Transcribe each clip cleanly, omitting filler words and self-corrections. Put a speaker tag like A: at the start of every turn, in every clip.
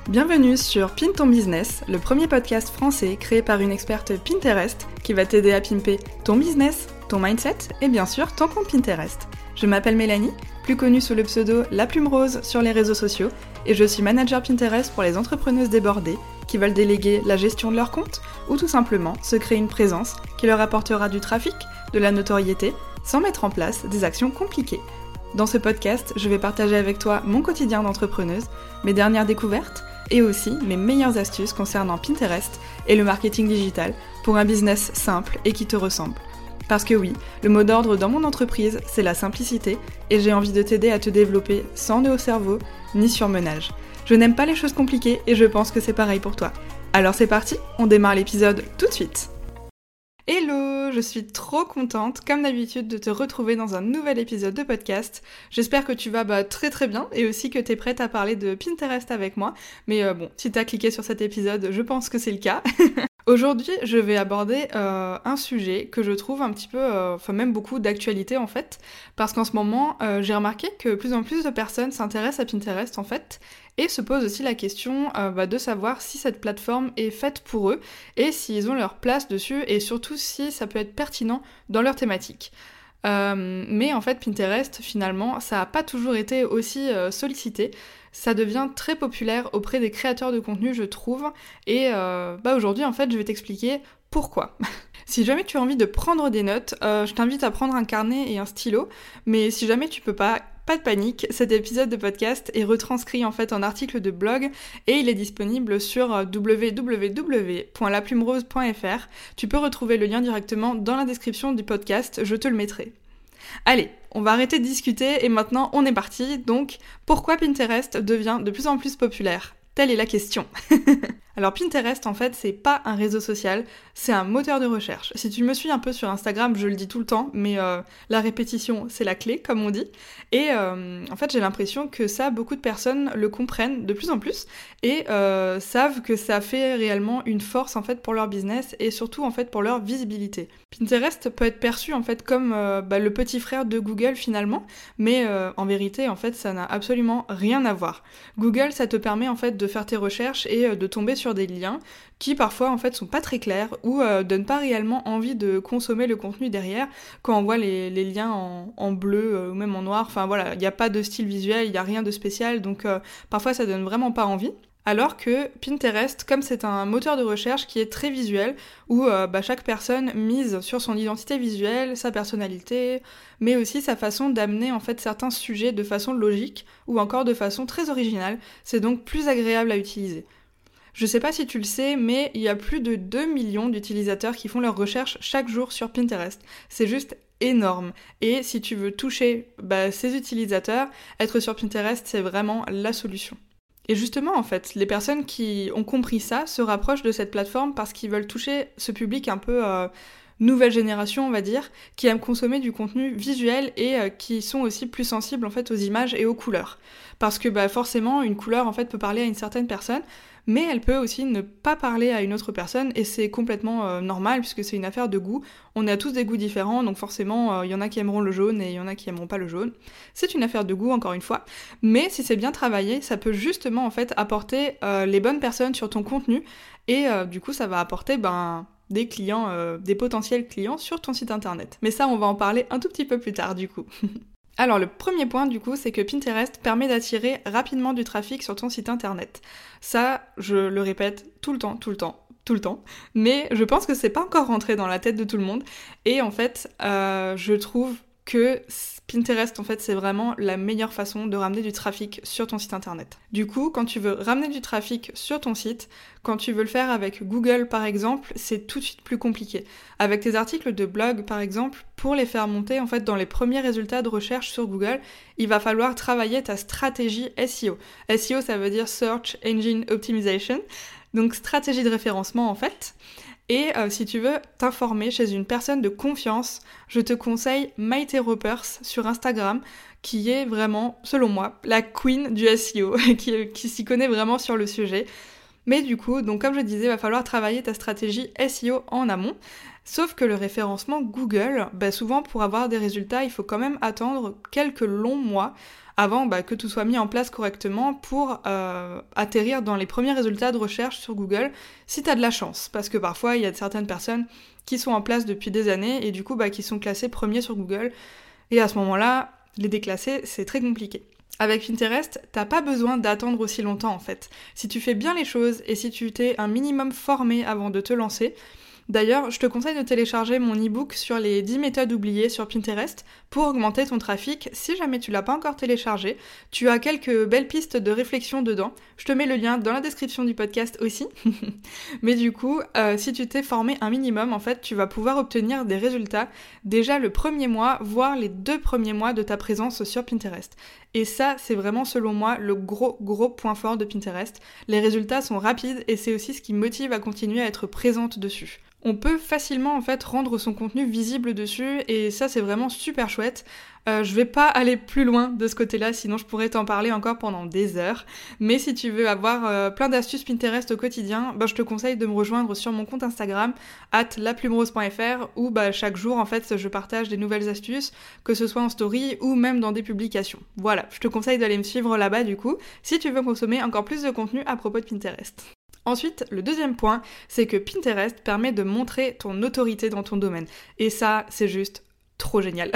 A: Bienvenue sur Pin ton business, le premier podcast français créé par une experte Pinterest qui va t'aider à pimper ton business, ton mindset et bien sûr ton compte Pinterest. Je m'appelle Mélanie, plus connue sous le pseudo La Plume Rose sur les réseaux sociaux et je suis manager Pinterest pour les entrepreneuses débordées qui veulent déléguer la gestion de leur compte ou tout simplement se créer une présence qui leur apportera du trafic, de la notoriété, sans mettre en place des actions compliquées. Dans ce podcast, je vais partager avec toi mon quotidien d'entrepreneuse, mes dernières découvertes et aussi mes meilleures astuces concernant Pinterest et le marketing digital pour un business simple et qui te ressemble. Parce que oui, le mot d'ordre dans mon entreprise, c'est la simplicité et j'ai envie de t'aider à te développer sans nœud au cerveau ni surmenage. Je n'aime pas les choses compliquées et je pense que c'est pareil pour toi. Alors c'est parti, on démarre l'épisode tout de suite. Hello, je suis trop contente, comme d'habitude, de te retrouver dans un nouvel épisode de podcast. J'espère que tu vas très très bien et aussi que t'es prête à parler de Pinterest avec moi. Mais si t'as cliqué sur cet épisode, je pense que c'est le cas. Aujourd'hui, je vais aborder un sujet que je trouve un petit peu, même beaucoup d'actualité en fait, parce qu'en ce moment, j'ai remarqué que plus en plus de personnes s'intéressent à Pinterest en fait, et se posent aussi la question de savoir si cette plateforme est faite pour eux, et s'ils ont leur place dessus, et surtout si ça peut être pertinent dans leur thématique. Mais en fait, Pinterest, finalement, ça n'a pas toujours été aussi sollicité. Ça devient très populaire auprès des créateurs de contenu, je trouve. Et aujourd'hui, en fait, je vais t'expliquer pourquoi. Si jamais tu as envie de prendre des notes, je t'invite à prendre un carnet et un stylo. Mais si jamais tu peux pas de panique, cet épisode de podcast est retranscrit en fait en article de blog et il est disponible sur www.laplumerose.fr. Tu peux retrouver le lien directement dans la description du podcast, je te le mettrai. Allez, on va arrêter de discuter et maintenant on est parti. Donc, pourquoi Pinterest devient de plus en plus populaire ? Telle est la question. Alors Pinterest en fait c'est pas un réseau social, c'est un moteur de recherche. Si tu me suis un peu sur Instagram, je le dis tout le temps, mais la répétition c'est la clé comme on dit. Et en fait j'ai l'impression que ça, beaucoup de personnes le comprennent de plus en plus et savent que ça fait réellement une force en fait pour leur business et surtout en fait pour leur visibilité. Pinterest peut être perçu en fait comme le petit frère de Google finalement, mais en vérité en fait ça n'a absolument rien à voir. Google ça te permet en fait de faire tes recherches et de tomber sur des liens qui parfois en fait sont pas très clairs ou donnent pas réellement envie de consommer le contenu derrière quand on voit les liens en bleu ou même en noir, enfin voilà, il n'y a pas de style visuel, il n'y a rien de spécial, donc parfois ça donne vraiment pas envie. Alors que Pinterest, comme c'est un moteur de recherche qui est très visuel, où chaque personne mise sur son identité visuelle, sa personnalité, mais aussi sa façon d'amener en fait certains sujets de façon logique ou encore de façon très originale, c'est donc plus agréable à utiliser. Je sais pas si tu le sais, mais il y a plus de 2 millions d'utilisateurs qui font leurs recherches chaque jour sur Pinterest. C'est juste énorme. Et si tu veux toucher ces utilisateurs, être sur Pinterest, c'est vraiment la solution. Et justement, en fait, les personnes qui ont compris ça se rapprochent de cette plateforme parce qu'ils veulent toucher ce public un peu nouvelle génération, on va dire, qui aiment consommer du contenu visuel et qui sont aussi plus sensibles en fait aux images et aux couleurs. Parce que forcément, une couleur en fait peut parler à une certaine personne, mais elle peut aussi ne pas parler à une autre personne et c'est complètement normal puisque c'est une affaire de goût. On a tous des goûts différents, donc forcément il y en a qui aimeront le jaune et il y en a qui aimeront pas le jaune. C'est une affaire de goût encore une fois, mais si c'est bien travaillé, ça peut justement en fait apporter les bonnes personnes sur ton contenu et du coup ça va apporter des clients, des potentiels clients sur ton site internet. Mais ça on va en parler un tout petit peu plus tard du coup. Alors le premier point du coup, c'est que Pinterest permet d'attirer rapidement du trafic sur ton site internet. Ça, je le répète tout le temps, mais je pense que c'est pas encore rentré dans la tête de tout le monde. Et en fait, je trouve que Pinterest, en fait, c'est vraiment la meilleure façon de ramener du trafic sur ton site internet. Du coup, quand tu veux ramener du trafic sur ton site, quand tu veux le faire avec Google, par exemple, c'est tout de suite plus compliqué. Avec tes articles de blog, par exemple, pour les faire monter, en fait, dans les premiers résultats de recherche sur Google, il va falloir travailler ta stratégie SEO. SEO, ça veut dire Search Engine Optimization. Donc, stratégie de référencement, en fait. Et si tu veux t'informer chez une personne de confiance, je te conseille Maïté Ropers sur Instagram, qui est vraiment, selon moi, la queen du SEO, qui s'y connaît vraiment sur le sujet. Mais du coup, donc comme je disais, il va falloir travailler ta stratégie SEO en amont. Sauf que le référencement Google, souvent pour avoir des résultats, il faut quand même attendre quelques longs mois avant que tout soit mis en place correctement pour atterrir dans les premiers résultats de recherche sur Google, si t'as de la chance, parce que parfois il y a certaines personnes qui sont en place depuis des années et du coup qui sont classés premiers sur Google, et à ce moment-là, les déclasser, c'est très compliqué. Avec Pinterest, t'as pas besoin d'attendre aussi longtemps en fait. Si tu fais bien les choses et si tu t'es un minimum formé avant de te lancer, d'ailleurs, je te conseille de télécharger mon e-book sur les 10 méthodes oubliées sur Pinterest pour augmenter ton trafic. Si jamais tu l'as pas encore téléchargé, tu as quelques belles pistes de réflexion dedans. Je te mets le lien dans la description du podcast aussi. Mais du coup, si tu t'es formé un minimum, en fait, tu vas pouvoir obtenir des résultats déjà le premier mois, voire les 2 premiers mois de ta présence sur Pinterest. Et ça, c'est vraiment selon moi le gros point fort de Pinterest. Les résultats sont rapides et c'est aussi ce qui motive à continuer à être présente dessus. On peut facilement en fait rendre son contenu visible dessus et ça c'est vraiment super chouette. Je vais pas aller plus loin de ce côté-là, sinon je pourrais t'en parler encore pendant des heures. Mais si tu veux avoir plein d'astuces Pinterest au quotidien, je te conseille de me rejoindre sur mon compte Instagram @laplumerose.fr où chaque jour en fait je partage des nouvelles astuces, que ce soit en story ou même dans des publications. Voilà, je te conseille d'aller me suivre là-bas du coup, si tu veux consommer encore plus de contenu à propos de Pinterest. Ensuite, le deuxième point, c'est que Pinterest permet de montrer ton autorité dans ton domaine. Et ça, c'est juste trop génial.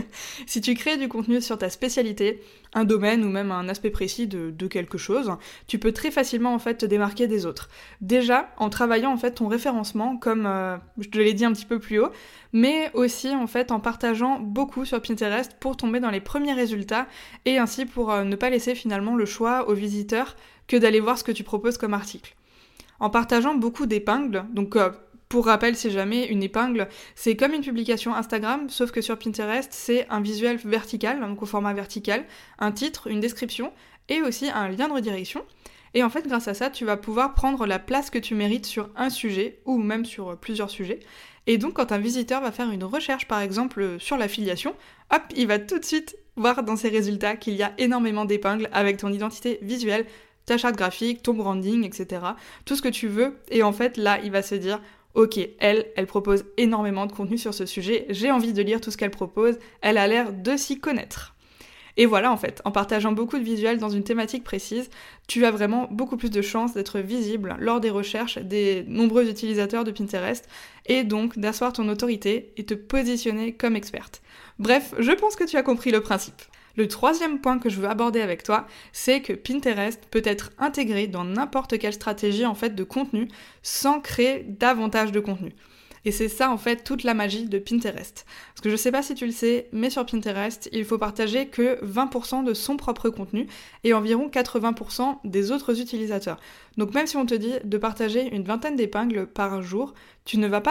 A: Si tu crées du contenu sur ta spécialité, un domaine ou même un aspect précis de quelque chose, tu peux très facilement en fait te démarquer des autres. Déjà, en travaillant en fait ton référencement, comme je te l'ai dit un petit peu plus haut, mais aussi en fait en partageant beaucoup sur Pinterest pour tomber dans les premiers résultats et ainsi pour ne pas laisser finalement le choix aux visiteurs que d'aller voir ce que tu proposes comme article. En partageant beaucoup d'épingles, donc pour rappel si jamais, une épingle, c'est comme une publication Instagram, sauf que sur Pinterest, c'est un visuel vertical, donc au format vertical, un titre, une description, et aussi un lien de redirection. Et en fait, grâce à ça, tu vas pouvoir prendre la place que tu mérites sur un sujet, ou même sur plusieurs sujets. Et donc, quand un visiteur va faire une recherche, par exemple, sur l'affiliation, hop, il va tout de suite voir dans ses résultats qu'il y a énormément d'épingles avec ton identité visuelle, ta charte graphique, ton branding, etc. Tout ce que tu veux. Et en fait, là, il va se dire, ok, elle propose énormément de contenu sur ce sujet, j'ai envie de lire tout ce qu'elle propose, elle a l'air de s'y connaître. Et voilà, en fait, en partageant beaucoup de visuels dans une thématique précise, tu as vraiment beaucoup plus de chances d'être visible lors des recherches des nombreux utilisateurs de Pinterest, et donc d'asseoir ton autorité et te positionner comme experte. Bref, je pense que tu as compris le principe. Le troisième point que je veux aborder avec toi, c'est que Pinterest peut être intégré dans n'importe quelle stratégie en fait de contenu sans créer davantage de contenu. Et c'est ça en fait toute la magie de Pinterest. Parce que je sais pas si tu le sais, mais sur Pinterest, il faut partager que 20% de son propre contenu et environ 80% des autres utilisateurs. Donc même si on te dit de partager une vingtaine d'épingles par jour, tu vas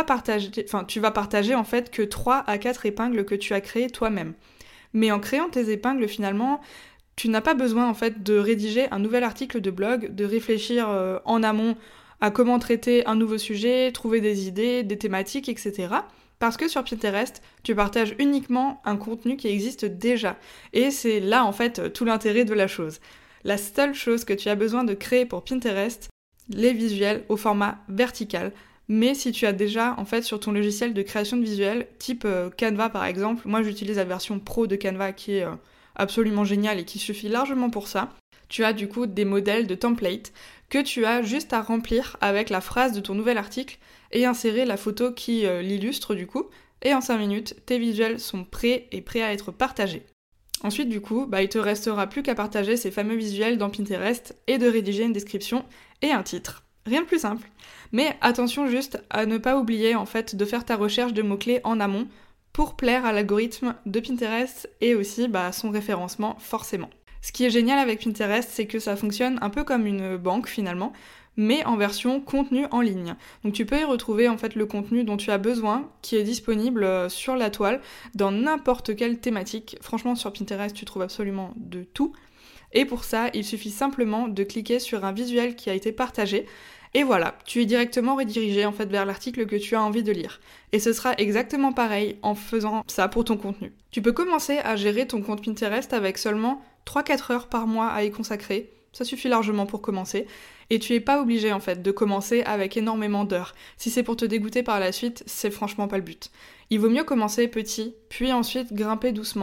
A: partager en fait que 3 à 4 épingles que tu as créées toi-même. Mais en créant tes épingles, finalement, tu n'as pas besoin en fait de rédiger un nouvel article de blog, de réfléchir en amont à comment traiter un nouveau sujet, trouver des idées, des thématiques, etc. Parce que sur Pinterest, tu partages uniquement un contenu qui existe déjà. Et c'est là en fait tout l'intérêt de la chose. La seule chose que tu as besoin de créer pour Pinterest, les visuels au format vertical. Mais si tu as déjà, en fait, sur ton logiciel de création de visuels, type Canva par exemple, moi j'utilise la version pro de Canva qui est absolument géniale et qui suffit largement pour ça, tu as du coup des modèles de templates que tu as juste à remplir avec la phrase de ton nouvel article et insérer la photo qui l'illustre du coup, et en 5 minutes, tes visuels sont prêts à être partagés. Ensuite du coup, il te restera plus qu'à partager ces fameux visuels dans Pinterest et de rédiger une description et un titre. Rien de plus simple. Mais attention juste à ne pas oublier en fait de faire ta recherche de mots-clés en amont pour plaire à l'algorithme de Pinterest et aussi son référencement forcément. Ce qui est génial avec Pinterest, c'est que ça fonctionne un peu comme une banque finalement, mais en version contenu en ligne. Donc tu peux y retrouver en fait le contenu dont tu as besoin, qui est disponible sur la toile, dans n'importe quelle thématique. Franchement, sur Pinterest, tu trouves absolument de tout. Et pour ça, il suffit simplement de cliquer sur un visuel qui a été partagé, et voilà, tu es directement redirigé en fait vers l'article que tu as envie de lire. Et ce sera exactement pareil en faisant ça pour ton contenu. Tu peux commencer à gérer ton compte Pinterest avec seulement 3-4 heures par mois à y consacrer. Ça suffit largement pour commencer. Et tu es pas obligé en fait de commencer avec énormément d'heures. Si c'est pour te dégoûter par la suite, c'est franchement pas le but. Il vaut mieux commencer petit, puis ensuite grimper doucement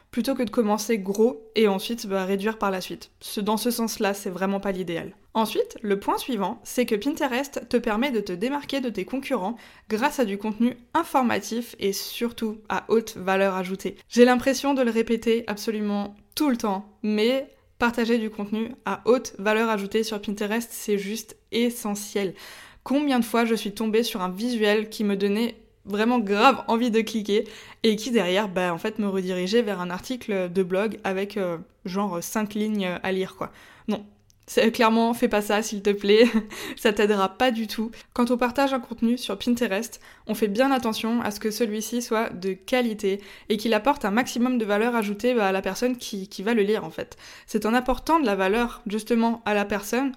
A: plutôt que de commencer gros et ensuite réduire par la suite. Dans ce sens-là, c'est vraiment pas l'idéal. Ensuite, le point suivant, c'est que Pinterest te permet de te démarquer de tes concurrents grâce à du contenu informatif et surtout à haute valeur ajoutée. J'ai l'impression de le répéter absolument tout le temps, mais partager du contenu à haute valeur ajoutée sur Pinterest, c'est juste essentiel. Combien de fois je suis tombée sur un visuel qui me donnait vraiment grave envie de cliquer et qui derrière en fait me redirigeait vers un article de blog avec genre 5 lignes à lire quoi. Non, clairement fais pas ça s'il te plaît, ça t'aidera pas du tout. Quand on partage un contenu sur Pinterest, on fait bien attention à ce que celui-ci soit de qualité et qu'il apporte un maximum de valeur ajoutée à la personne qui va le lire en fait. C'est en apportant de la valeur justement à la personne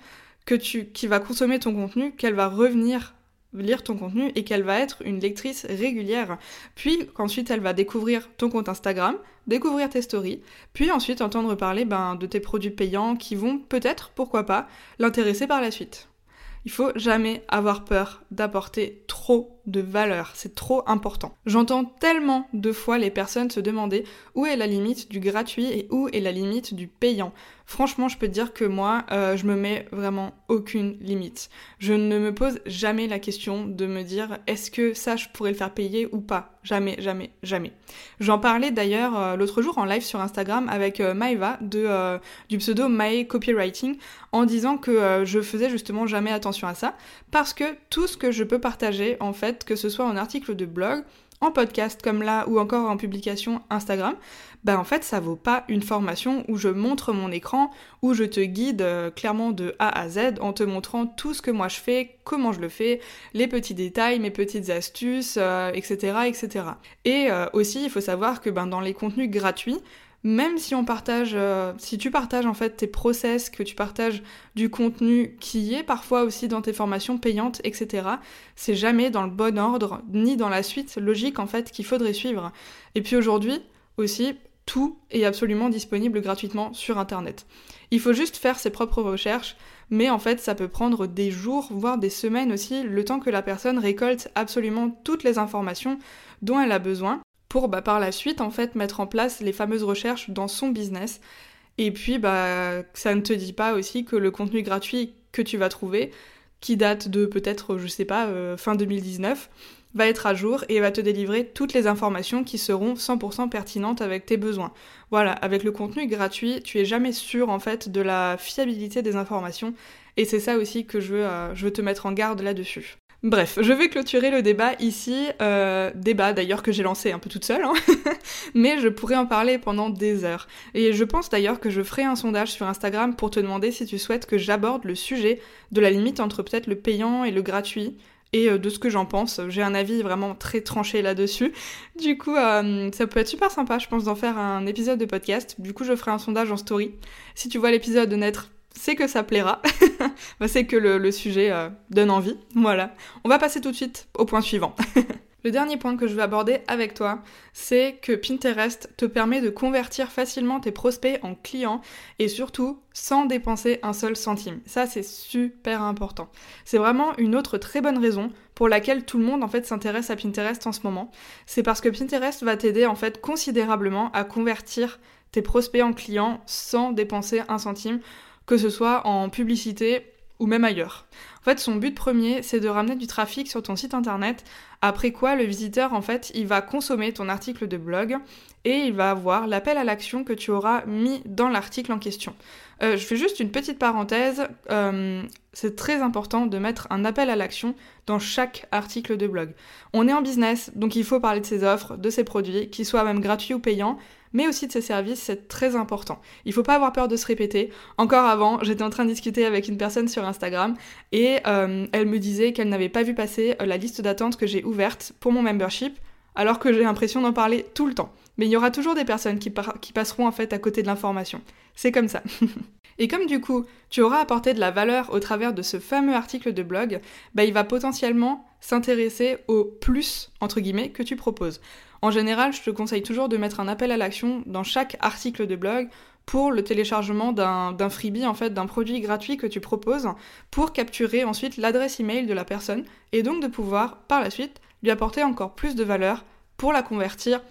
A: qui va consommer ton contenu qu'elle va revenir lire ton contenu et qu'elle va être une lectrice régulière. Puis qu'ensuite elle va découvrir ton compte Instagram, découvrir tes stories, puis ensuite entendre parler de tes produits payants qui vont peut-être, pourquoi pas, l'intéresser par la suite. Il faut jamais avoir peur d'apporter trop de valeur, c'est trop important. J'entends tellement de fois les personnes se demander où est la limite du gratuit et où est la limite du payant. Franchement, je peux te dire que moi, je me mets vraiment aucune limite. Je ne me pose jamais la question de me dire est-ce que ça, je pourrais le faire payer ou pas. Jamais, jamais, jamais. J'en parlais d'ailleurs l'autre jour en live sur Instagram avec Maeva du pseudo My Copywriting en disant que je faisais justement jamais attention à ça parce que tout ce que je peux partager en fait, que ce soit en article de blog, en podcast comme là ou encore en publication Instagram, en fait ça vaut pas une formation où je montre mon écran, où je te guide clairement de A à Z en te montrant tout ce que moi je fais, comment je le fais, les petits détails, mes petites astuces, etc. etc. Et aussi il faut savoir que dans les contenus gratuits, même si si tu partages en fait tes process, que tu partages du contenu qui est parfois aussi dans tes formations payantes, etc., c'est jamais dans le bon ordre, ni dans la suite logique en fait qu'il faudrait suivre. Et puis aujourd'hui aussi, tout est absolument disponible gratuitement sur Internet. Il faut juste faire ses propres recherches, mais en fait ça peut prendre des jours, voire des semaines aussi, le temps que la personne récolte absolument toutes les informations dont elle a besoin, pour par la suite en fait mettre en place les fameuses recherches dans son business. Et puis ça ne te dit pas aussi que le contenu gratuit que tu vas trouver, qui date de peut-être, fin 2019, va être à jour et va te délivrer toutes les informations qui seront 100% pertinentes avec tes besoins. Voilà, avec le contenu gratuit, tu es jamais sûr en fait de la fiabilité des informations et c'est ça aussi que je veux te mettre en garde là-dessus. Bref, je vais clôturer le débat ici, débat d'ailleurs que j'ai lancé un peu toute seule, mais je pourrais en parler pendant des heures. Et je pense d'ailleurs que je ferai un sondage sur Instagram pour te demander si tu souhaites que j'aborde le sujet de la limite entre peut-être le payant et le gratuit, et de ce que j'en pense. J'ai un avis vraiment très tranché là-dessus. Du coup, ça peut être super sympa, je pense, d'en faire un épisode de podcast. Du coup, je ferai un sondage en story. Si tu vois l'épisode naître, c'est que ça plaira. C'est que le sujet donne envie. Voilà. On va passer tout de suite au point suivant. Le dernier point que je veux aborder avec toi, c'est que Pinterest te permet de convertir facilement tes prospects en clients et surtout sans dépenser un seul centime. Ça, c'est super important. C'est vraiment une autre très bonne raison pour laquelle tout le monde en fait s'intéresse à Pinterest en ce moment. C'est parce que Pinterest va t'aider en fait considérablement à convertir tes prospects en clients sans dépenser un centime, que ce soit en publicité ou même ailleurs. En fait, son but premier, c'est de ramener du trafic sur ton site internet, après quoi le visiteur, en fait, il va consommer ton article de blog et il va avoir l'appel à l'action que tu auras mis dans l'article en question. Je fais juste une petite parenthèse, c'est très important de mettre un appel à l'action dans chaque article de blog. On est en business, donc il faut parler de ses offres, de ses produits, qu'ils soient même gratuits ou payants, mais aussi de ses services, c'est très important. Il faut pas avoir peur de se répéter. Encore avant, j'étais en train de discuter avec une personne sur Instagram et elle me disait qu'elle n'avait pas vu passer la liste d'attente que j'ai ouverte pour mon membership, alors que j'ai l'impression d'en parler tout le temps. Mais il y aura toujours des personnes qui passeront en fait à côté de l'information. C'est comme ça. Et comme du coup, tu auras apporté de la valeur au travers de ce fameux article de blog, il va potentiellement s'intéresser au plus, entre guillemets, que tu proposes. En général, je te conseille toujours de mettre un appel à l'action dans chaque article de blog pour le téléchargement d'un freebie, en fait, d'un produit gratuit que tu proposes, pour capturer ensuite l'adresse email de la personne et donc de pouvoir, par la suite, lui apporter encore plus de valeur pour la convertir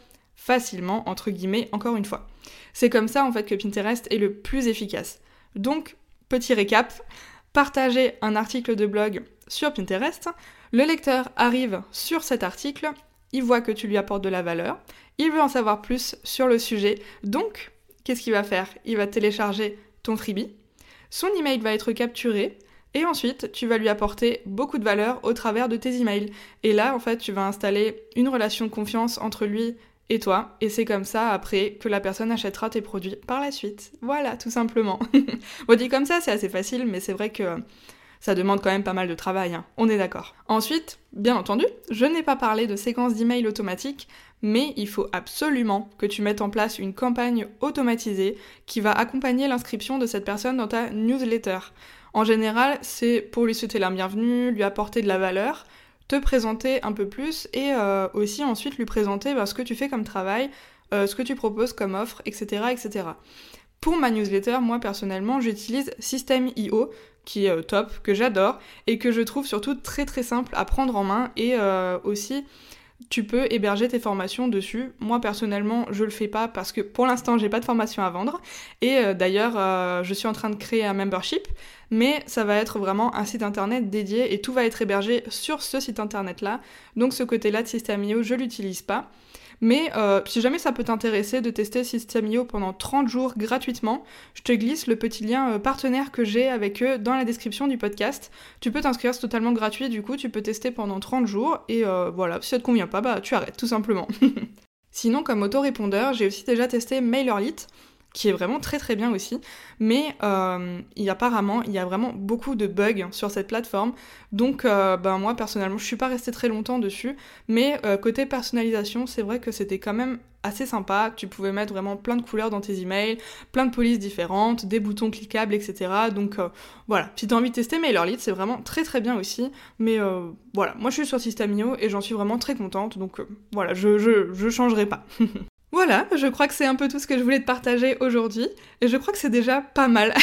A: facilement, entre guillemets, encore une fois. C'est comme ça en fait que Pinterest est le plus efficace. Donc, petit récap, partager un article de blog sur Pinterest, le lecteur arrive sur cet article, il voit que tu lui apportes de la valeur, il veut en savoir plus sur le sujet, donc qu'est-ce qu'il va faire ? Il va télécharger ton freebie, son email va être capturé, et ensuite tu vas lui apporter beaucoup de valeur au travers de tes emails. Et là, en fait, tu vas installer une relation de confiance entre lui et toi, et c'est comme ça, après, que la personne achètera tes produits par la suite. Voilà, tout simplement. Bon, dit comme ça, c'est assez facile, mais c'est vrai que ça demande quand même pas mal de travail, hein. On est d'accord. Ensuite, bien entendu, je n'ai pas parlé de séquence d'emails automatiques, mais il faut absolument que tu mettes en place une campagne automatisée qui va accompagner l'inscription de cette personne dans ta newsletter. En général, c'est pour lui souhaiter la bienvenue, lui apporter de la valeur, te présenter un peu plus et aussi ensuite lui présenter ce que tu fais comme travail, ce que tu proposes comme offre, etc., etc. Pour ma newsletter, moi personnellement, j'utilise System.io, qui est top, que j'adore, et que je trouve surtout très très simple à prendre en main, et aussi tu peux héberger tes formations dessus. Moi personnellement, je le fais pas parce que pour l'instant j'ai pas de formation à vendre, et d'ailleurs je suis en train de créer un membership, mais ça va être vraiment un site internet dédié et tout va être hébergé sur ce site internet là, donc ce côté là de System.io je l'utilise pas. Mais si jamais ça peut t'intéresser de tester System.io pendant 30 jours gratuitement, je te glisse le petit lien partenaire que j'ai avec eux dans la description du podcast. Tu peux t'inscrire, c'est totalement gratuit, du coup tu peux tester pendant 30 jours et voilà, si ça te convient pas, tu arrêtes tout simplement. Sinon, comme autorépondeur, j'ai aussi déjà testé MailerLite, qui est vraiment très très bien aussi, mais apparemment il y a vraiment beaucoup de bugs sur cette plateforme, donc moi personnellement je suis pas restée très longtemps dessus, mais côté personnalisation c'est vrai que c'était quand même assez sympa, tu pouvais mettre vraiment plein de couleurs dans tes emails, plein de polices différentes, des boutons cliquables, etc. Donc voilà, si t'as envie de tester MailerLite, c'est vraiment très très bien aussi, mais voilà, moi je suis sur System.io et j'en suis vraiment très contente, donc voilà, je changerai pas. Voilà, je crois que c'est un peu tout ce que je voulais te partager aujourd'hui, et je crois que c'est déjà pas mal.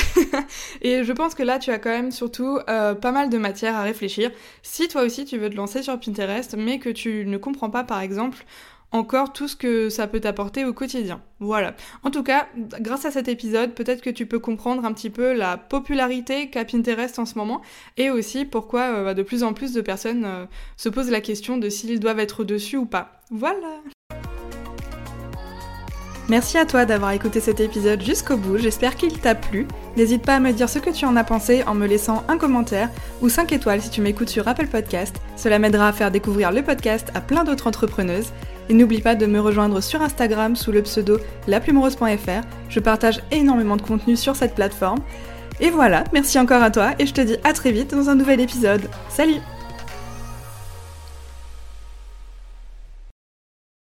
A: Et je pense que là, tu as quand même surtout pas mal de matière à réfléchir. Si toi aussi tu veux te lancer sur Pinterest, mais que tu ne comprends pas par exemple encore tout ce que ça peut t'apporter au quotidien. Voilà. En tout cas, grâce à cet épisode, peut-être que tu peux comprendre un petit peu la popularité qu'a Pinterest en ce moment, et aussi pourquoi de plus en plus de personnes se posent la question de s'ils doivent être dessus ou pas. Voilà. Merci à toi d'avoir écouté cet épisode jusqu'au bout, j'espère qu'il t'a plu. N'hésite pas à me dire ce que tu en as pensé en me laissant un commentaire ou 5 étoiles si tu m'écoutes sur Apple Podcast. Cela m'aidera à faire découvrir le podcast à plein d'autres entrepreneuses. Et n'oublie pas de me rejoindre sur Instagram sous le pseudo laplumerose.fr. Je partage énormément de contenu sur cette plateforme. Et voilà, merci encore à toi et je te dis à très vite dans un nouvel épisode. Salut!